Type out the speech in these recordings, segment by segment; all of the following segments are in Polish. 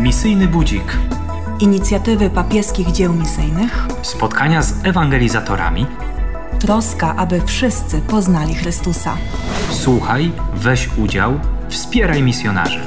Misyjny Budzik. Inicjatywy papieskich dzieł misyjnych. Spotkania z ewangelizatorami. Troska, aby wszyscy poznali Chrystusa. Słuchaj, weź udział, wspieraj misjonarzy.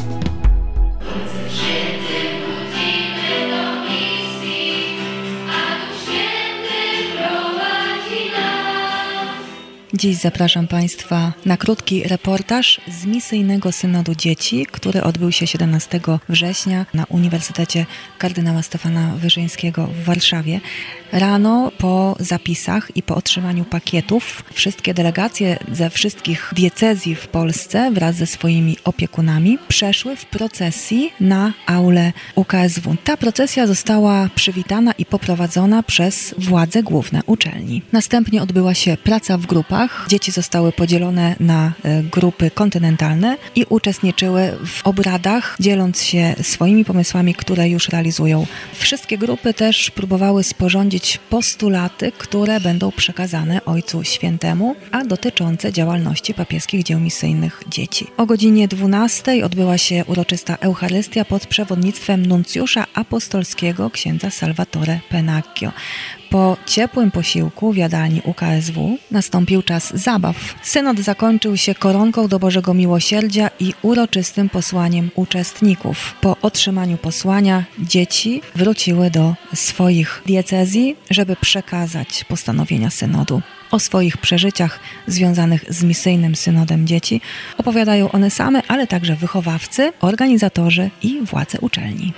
Dziś zapraszam Państwa na krótki reportaż z Misyjnego Synodu Dzieci, który odbył się 17 września na Uniwersytecie Kardynała Stefana Wyszyńskiego w Warszawie. Rano po zapisach i po otrzymaniu pakietów wszystkie delegacje ze wszystkich diecezji w Polsce wraz ze swoimi opiekunami przeszły w procesji na aulę UKSW. Ta procesja została przywitana i poprowadzona przez władze główne uczelni. Następnie odbyła się praca w grupach. Dzieci zostały podzielone na grupy kontynentalne i uczestniczyły w obradach, dzieląc się swoimi pomysłami, które już realizują. Wszystkie grupy też próbowały sporządzić postulaty, które będą przekazane Ojcu Świętemu, a dotyczące działalności papieskich dzieł misyjnych dzieci. O godzinie 12 odbyła się uroczysta Eucharystia pod przewodnictwem nuncjusza apostolskiego księdza Salvatore Pennacchio. Po ciepłym posiłku w jadalni UKSW nastąpił czas zabaw. Synod zakończył się koronką do Bożego Miłosierdzia i uroczystym posłaniem uczestników. Po otrzymaniu posłania dzieci wróciły do swoich diecezji, żeby przekazać postanowienia synodu. O swoich przeżyciach związanych z Misyjnym Synodem Dzieci opowiadają one same, ale także wychowawcy, organizatorzy i władze uczelni.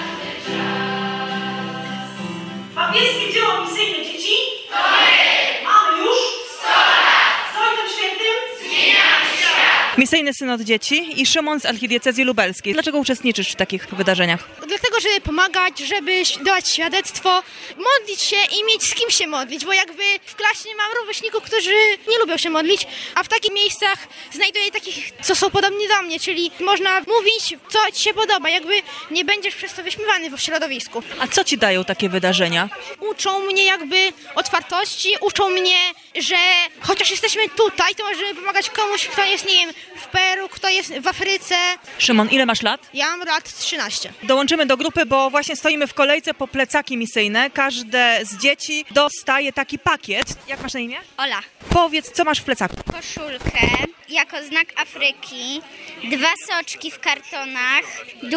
Papieskie dzieło misyjne dzieci? To my! Mamy już 100 lat! Z Ojcem Świętym? Zmieniamy świat! Misyjny Synod Dzieci i Szymon z Archidiecezji Lubelskiej. Dlaczego uczestniczysz w takich wydarzeniach? Dlatego, żeby pomagać, żeby dawać świadectwo, modlić się i mieć z kim się modlić, bo jakby w klasie mam rówieśników, którzy nie lubią się modlić, a w takich miejscach znajduję takich, co są podobni do mnie, czyli można mówić, co ci się podoba, jakby nie będziesz przez to wyśmiewany w środowisku. A co ci dają takie wydarzenia? Uczą mnie jakby otwartości, uczą mnie, że chociaż jesteśmy tutaj, to możemy pomagać komuś, kto jest, nie wiem, w Peru, kto jest w Afryce. Szymon, ile masz lat? Ja mam lat 13. Dołączymy do grupy, bo właśnie stoimy w kolejce po plecaki misyjne. Każde z dzieci dostaje taki pakiet. Jak masz na imię? Ola. Powiedz, co masz w plecaku? Koszulkę jako znak Afryki, 2 soczki w kartonach,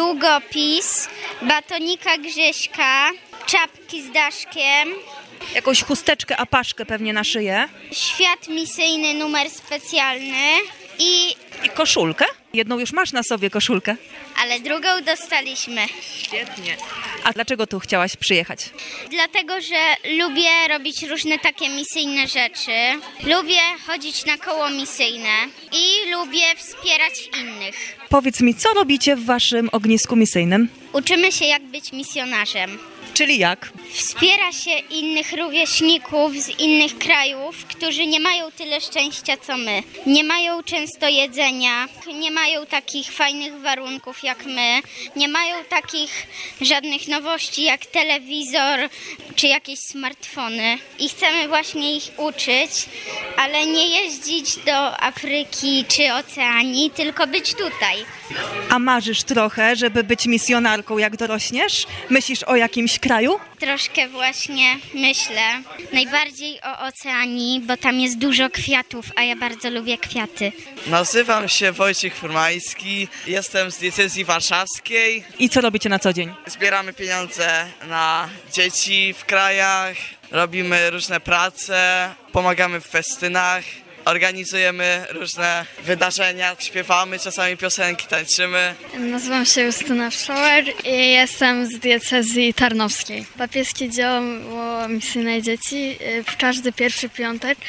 długopis, batonika Grześka, czapki z daszkiem, Jakąś chusteczkę, apaszkę pewnie na szyję. świat misyjny, numer specjalny i... I koszulkę? Jedną już masz na sobie koszulkę. ale drugą dostaliśmy. Świetnie. A dlaczego tu chciałaś przyjechać? Dlatego, że lubię robić różne takie misyjne rzeczy. Lubię chodzić na koło misyjne i lubię wspierać innych. Powiedz mi, co robicie w waszym ognisku misyjnym? Uczymy się, jak być misjonarzem. Czyli jak? Wspiera się innych rówieśników z innych krajów, którzy nie mają tyle szczęścia co my. Nie mają często jedzenia, nie mają takich fajnych warunków jak my, nie mają takich żadnych nowości jak telewizor czy jakieś smartfony. I chcemy właśnie ich uczyć, ale nie jeździć do Afryki czy Oceanii, tylko być tutaj. A marzysz trochę, żeby być misjonarką jak dorośniesz? Myślisz o jakimś kraju? Troszkę właśnie myślę. Najbardziej o Oceanii, bo tam jest dużo kwiatów, a ja bardzo lubię kwiaty. Nazywam się Wojciech Furmański, jestem z diecezji warszawskiej. I co robicie na co dzień? Zbieramy pieniądze na dzieci w krajach, robimy różne prace, pomagamy w festynach. Organizujemy różne wydarzenia, śpiewamy czasami piosenki, tańczymy. Nazywam się Justyna Wszołer i jestem z diecezji tarnowskiej. Papieskie dzieło misyjne dzieci w każdy pierwszy piątek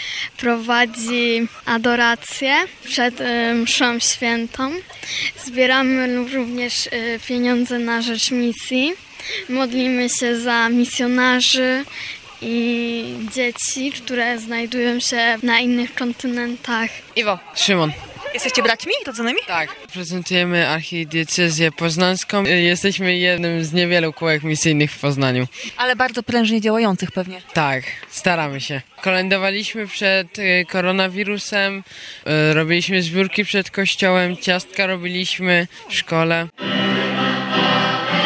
prowadzi adorację przed mszą świętą. Zbieramy również pieniądze na rzecz misji. Modlimy się za misjonarzy i dzieci, które znajdują się na innych kontynentach. Iwo. Szymon. Jesteście braćmi rodzonymi? Tak. Prezentujemy archidiecezję poznańską. Jesteśmy jednym z niewielu kółek misyjnych w Poznaniu. Ale bardzo prężnie działających pewnie. Tak, staramy się. Kolędowaliśmy przed koronawirusem, robiliśmy zbiórki przed kościołem, ciastka robiliśmy w szkole.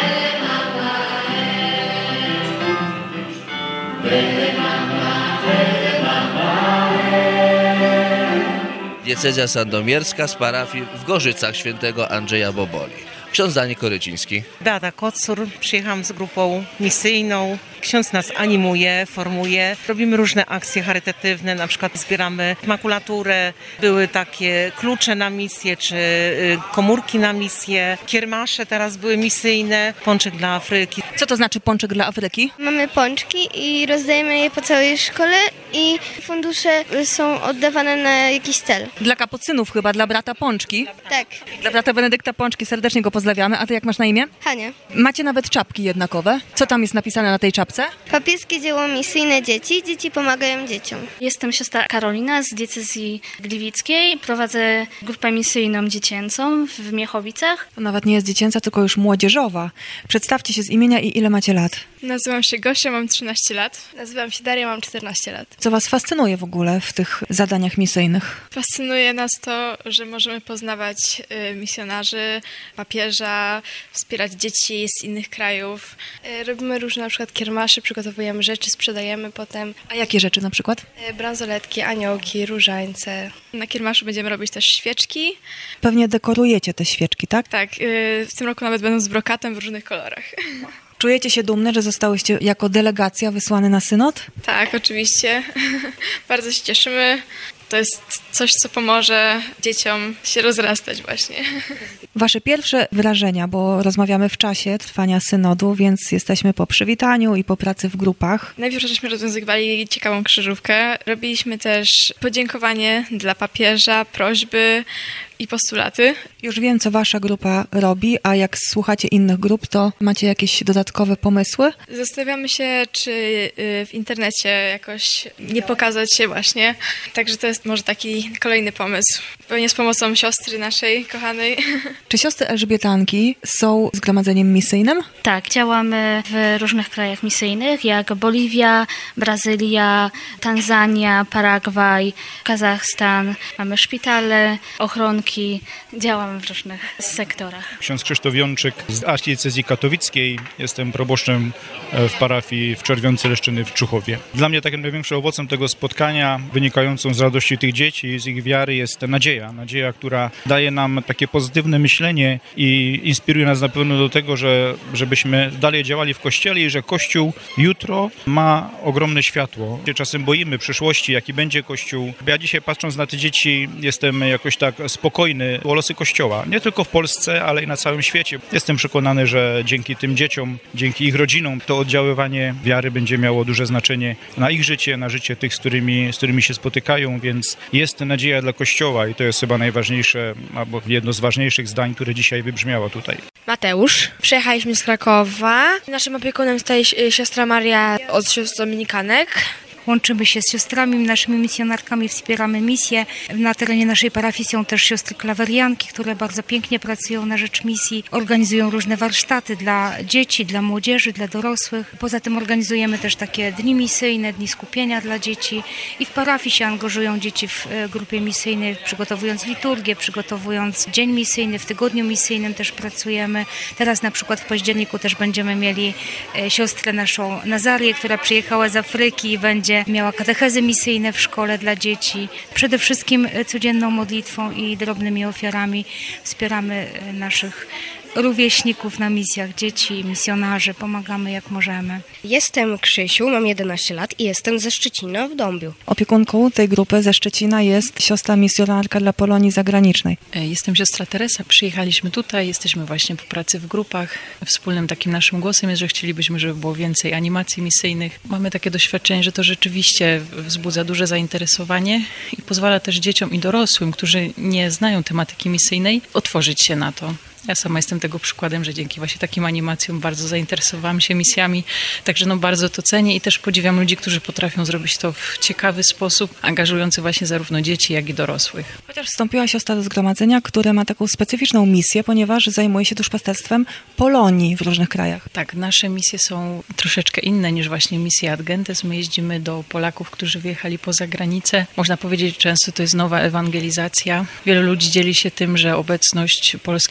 Diecezja sandomierska z parafii w Gorzycach świętego Andrzeja Boboli. Ksiądz Daniel Koryciński. Beata Kocur, przyjechałam z grupą misyjną. Ksiądz nas animuje, formuje. Robimy różne akcje charytatywne, na przykład zbieramy makulaturę. Były takie klucze na misję, czy komórki na misję. Kiermasze teraz były misyjne, pączek dla Afryki. Co to znaczy pączek dla Afryki? Mamy pączki i rozdajemy je po całej szkole i fundusze są oddawane na jakiś cel. Dla kapucynów chyba, dla brata Pączki. Tak. Dla brata Benedykta Pączki, serdecznie go pozdrawiamy. A ty jak masz na imię? Hania. Macie nawet czapki jednakowe. Co tam jest napisane na tej czapce? Papieskie dzieło misyjne dzieci. Dzieci pomagają dzieciom. Jestem siostra Karolina z diecezji gliwickiej. Prowadzę grupę misyjną dziecięcą w Miechowicach. To nawet nie jest dziecięca, tylko już młodzieżowa. Przedstawcie się z imienia i ile macie lat. Nazywam się Gosia, mam 13 lat. Nazywam się Daria, mam 14 lat. Co was fascynuje w ogóle w tych zadaniach misyjnych? Fascynuje nas to, że możemy poznawać misjonarzy, papieża, wspierać dzieci z innych krajów. Robimy różne na przykład kiermasze, przygotowujemy rzeczy, sprzedajemy potem. A jakie rzeczy na przykład? Bransoletki, aniołki, różańce. Na kiermaszu będziemy robić też świeczki. Pewnie dekorujecie te świeczki, tak? Tak, w tym roku nawet będą z brokatem w różnych kolorach. Czujecie się dumne, że zostałyście jako delegacja wysłane na synod? Tak, oczywiście. Bardzo się cieszymy. To jest coś, co pomoże dzieciom się rozrastać właśnie. Wasze pierwsze wrażenia, bo rozmawiamy w czasie trwania synodu, więc jesteśmy po przywitaniu i po pracy w grupach. Najpierw żeśmy rozwiązywali ciekawą krzyżówkę. Robiliśmy też podziękowanie dla papieża, prośby i postulaty. Już wiem, co wasza grupa robi, a jak słuchacie innych grup, to macie jakieś dodatkowe pomysły? Zastanawiamy się, czy w internecie jakoś nie pokazać się właśnie. Także to jest może taki kolejny pomysł. Pewnie z pomocą siostry naszej kochanej. Czy siostry Elżbietanki są zgromadzeniem misyjnym? Tak, działamy w różnych krajach misyjnych, jak Boliwia, Brazylia, Tanzania, Paragwaj, Kazachstan. Mamy szpitale, ochronki. Działamy w różnych sektorach. Ksiądz Krzysztof Jączyk z archidiecezji katowickiej. Jestem proboszczem w parafii w Czerwionce Leszczyny w Czuchowie. Dla mnie takim największym owocem tego spotkania, wynikającą z radości tych dzieci i z ich wiary, jest nadzieja. Nadzieja, która daje nam takie pozytywne myślenie i inspiruje nas na pewno do tego, żebyśmy dalej działali w Kościele i że Kościół jutro ma ogromne światło. Czasem boimy przyszłości, jaki będzie Kościół. Ja dzisiaj, patrząc na te dzieci, jestem jakoś tak spokojny o losy Kościoła. Nie tylko w Polsce, ale i na całym świecie. Jestem przekonany, że dzięki tym dzieciom, dzięki ich rodzinom, to oddziaływanie wiary będzie miało duże znaczenie na ich życie, na życie tych, z którymi się spotykają, więc jest nadzieja dla Kościoła i to jest chyba najważniejsze, albo jedno z ważniejszych zdań, które dzisiaj wybrzmiało tutaj. Mateusz. Przyjechaliśmy z Krakowa. Naszym opiekunem staje siostra Maria od sióstr dominikanek. Łączymy się z siostrami, naszymi misjonarkami, wspieramy misję. Na terenie naszej parafii są też siostry klawerianki, które bardzo pięknie pracują na rzecz misji. Organizują różne warsztaty dla dzieci, dla młodzieży, dla dorosłych. Poza tym organizujemy też takie dni misyjne, dni skupienia dla dzieci. I w parafii się angażują dzieci w grupie misyjnej, przygotowując liturgię, przygotowując dzień misyjny. W tygodniu misyjnym też pracujemy. Teraz na przykład w październiku też będziemy mieli siostrę naszą Nazarię, która przyjechała z Afryki i będzie miała katechezy misyjne w szkole dla dzieci. Przede wszystkim codzienną modlitwą i drobnymi ofiarami wspieramy naszych rówieśników na misjach, dzieci, misjonarzy, pomagamy jak możemy. Jestem Krzysiu, mam 11 lat i jestem ze Szczecina w Dąbiu. Opiekunką tej grupy ze Szczecina jest siostra misjonarka dla Polonii Zagranicznej. Jestem siostra Teresa, przyjechaliśmy tutaj, jesteśmy właśnie po pracy w grupach. Wspólnym takim naszym głosem jest, że chcielibyśmy, żeby było więcej animacji misyjnych. Mamy takie doświadczenie, że to rzeczywiście wzbudza duże zainteresowanie i pozwala też dzieciom i dorosłym, którzy nie znają tematyki misyjnej, otworzyć się na to. Ja sama jestem tego przykładem, że dzięki właśnie takim animacjom bardzo zainteresowałam się misjami, także bardzo to cenię i też podziwiam ludzi, którzy potrafią zrobić to w ciekawy sposób, angażujący właśnie zarówno dzieci, jak i dorosłych. Chociaż wstąpiła siostra do zgromadzenia, które ma taką specyficzną misję, ponieważ zajmuje się duszpasterstwem Polonii w różnych krajach. Tak, nasze misje są troszeczkę inne niż właśnie misje Ad Gentes. My jeździmy do Polaków, którzy wyjechali poza granicę. Można powiedzieć, że często to jest nowa ewangelizacja. Wielu ludzi dzieli się tym, że obecność polskich duszpasterów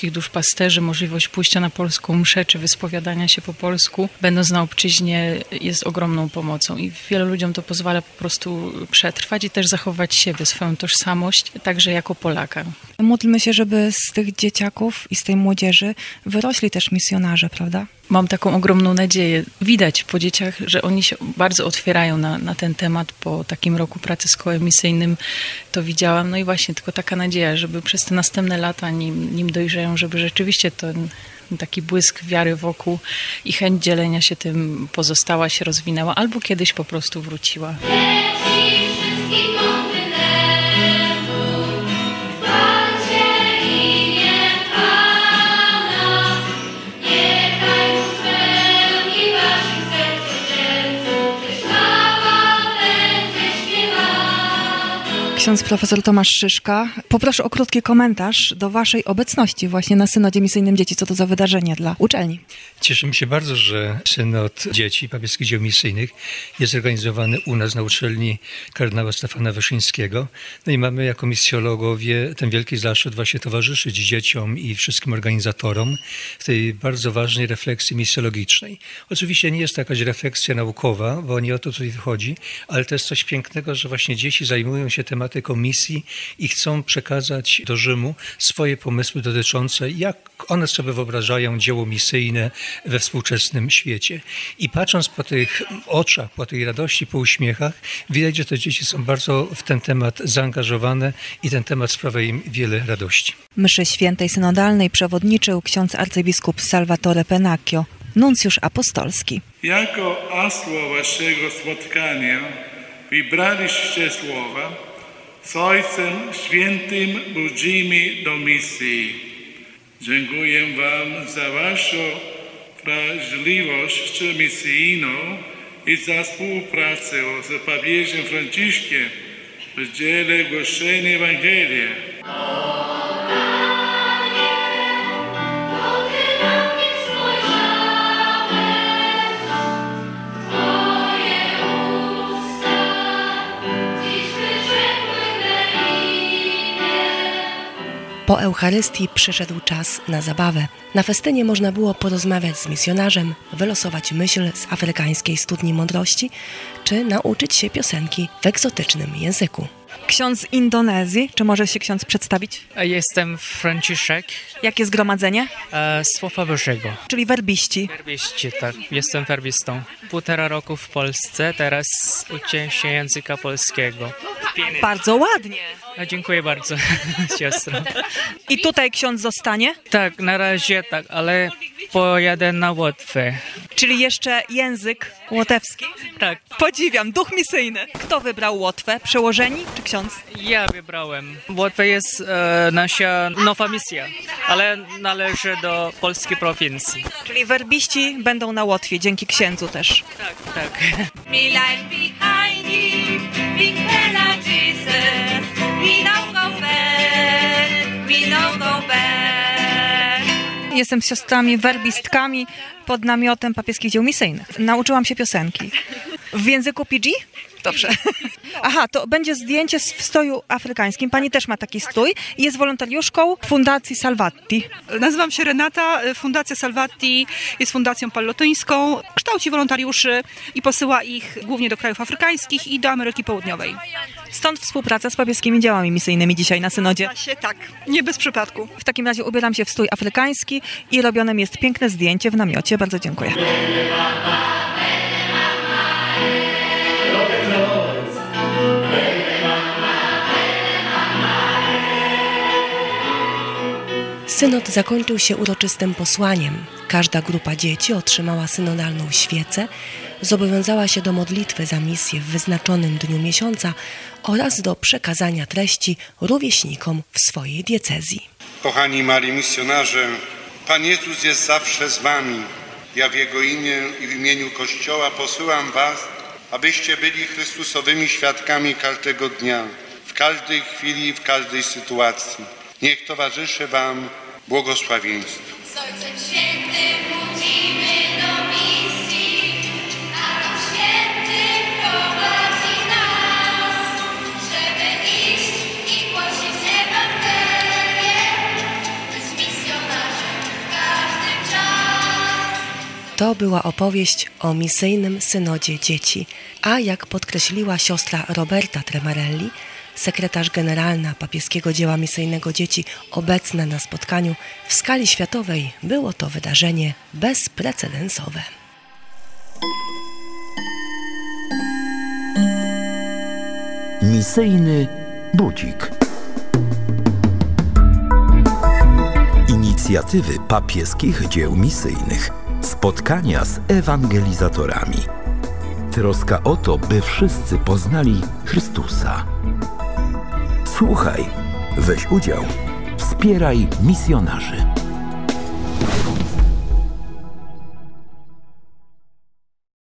duszpasterzy, możliwość pójścia na polską mszę czy wyspowiadania się po polsku, będąc na obczyźnie, jest ogromną pomocą i wielu ludziom to pozwala po prostu przetrwać i też zachować siebie, swoją tożsamość, także jako Polaka. Módlmy się, żeby z tych dzieciaków i z tej młodzieży wyrośli też misjonarze, prawda? Mam taką ogromną nadzieję. Widać po dzieciach, że oni się bardzo otwierają na ten temat. Po takim roku pracy z kołem misyjnym to widziałam. No i właśnie tylko taka nadzieja, żeby przez te następne lata, nim dojrzeją, żeby rzeczywiście ten taki błysk wiary wokół i chęć dzielenia się tym pozostała, się rozwinęła albo kiedyś po prostu wróciła. Ksiądz profesor Tomasz Szyszka, poproszę o krótki komentarz do waszej obecności właśnie na Synodzie Misyjnym Dzieci. Co to za wydarzenie dla uczelni? Cieszymy się bardzo, że Synod Dzieci Papieskich Dzieł Misyjnych jest organizowany u nas na uczelni kardynała Stefana Wyszyńskiego. No i mamy jako misjologowie ten wielki zaszczyt właśnie towarzyszyć dzieciom i wszystkim organizatorom w tej bardzo ważnej refleksji misjologicznej. Oczywiście nie jest to jakaś refleksja naukowa, bo nie o to tutaj chodzi, ale to jest coś pięknego, że właśnie dzieci zajmują się tematyką misji i chcą przekazać do Rzymu swoje pomysły dotyczące, jak one sobie wyobrażają dzieło misyjne we współczesnym świecie. I patrząc po tych oczach, po tej radości, po uśmiechach, widać, że te dzieci są bardzo w ten temat zaangażowane i ten temat sprawia im wiele radości. Mszy świętej synodalnej przewodniczył ksiądz arcybiskup Salvatore Pennacchio, nuncjusz apostolski. Jako hasło waszego spotkania wybraliście słowa: z Ojcem Świętym budzimy do misji. Dziękuję wam za waszą wrażliwość misyjną i za współpracę z papieżem Franciszkiem w dziele głoszenia Ewangelii. Po Eucharystii przyszedł czas na zabawę. Na festynie można było porozmawiać z misjonarzem, wylosować myśl z afrykańskiej studni mądrości, czy nauczyć się piosenki w egzotycznym języku. Ksiądz z Indonezji, czy może się ksiądz przedstawić? Jestem Franciszek. Jakie zgromadzenie? Słowa Bożego. Czyli werbiści. Werbiści, tak. Jestem werbistą. 1,5 roku w Polsce, teraz uczę się języka polskiego. Bardzo ładnie. Dziękuję bardzo, siostro. I tutaj ksiądz zostanie? Tak, na razie tak, ale pojadę na Łotwę. Czyli jeszcze język łotewski? Tak. Podziwiam, duch misyjny. Kto wybrał Łotwę? Przełożeni czy ksiądz? Ja wybrałem. Łotwa jest nasza nowa misja, ale należy do polskiej prowincji. Czyli werbiści będą na Łotwie, dzięki księdzu też. Tak, tak. Me life behind you, big fella Jesus. We don't go back, we don't go back. Jestem z siostrami werbistkami pod namiotem Papieskich Dzieł Misyjnych. Nauczyłam się piosenki. W języku PG? Dobrze. Aha, to będzie zdjęcie w stroju afrykańskim. Pani też ma taki strój i jest wolontariuszką Fundacji Salvati. Nazywam się Renata. Fundacja Salvati jest fundacją pallotyńską. Kształci wolontariuszy i posyła ich głównie do krajów afrykańskich i do Ameryki Południowej. Stąd współpraca z papieskimi działami misyjnymi dzisiaj na synodzie. Tak, nie bez przypadku. W takim razie ubieram się w strój afrykański i robione jest piękne zdjęcie w namiocie. Bardzo dziękuję. Synod zakończył się uroczystym posłaniem. Każda grupa dzieci otrzymała synodalną świecę, zobowiązała się do modlitwy za misję w wyznaczonym dniu miesiąca oraz do przekazania treści rówieśnikom w swojej diecezji. Kochani mali misjonarze, Pan Jezus jest zawsze z wami. Ja w Jego imię i w imieniu Kościoła posyłam was, abyście byli Chrystusowymi świadkami każdego dnia, w każdej chwili i w każdej sytuacji. Niech towarzyszy wam błogosławieństwo. Z Ojcem Świętym budzimy do misji, a Duch Święty prowadzi nas, żeby iść i głosić Ewangelię, być misjonarzem To była opowieść o misyjnym synodzie dzieci, a jak podkreśliła siostra Roberta Tremarelli, sekretarz generalna papieskiego dzieła misyjnego dzieci obecna na spotkaniu, w skali światowej było to wydarzenie bezprecedensowe. Misyjny budzik. Inicjatywy papieskich dzieł misyjnych. Spotkania z ewangelizatorami. Troska o to, by wszyscy poznali Chrystusa. Słuchaj, weź udział, wspieraj misjonarzy.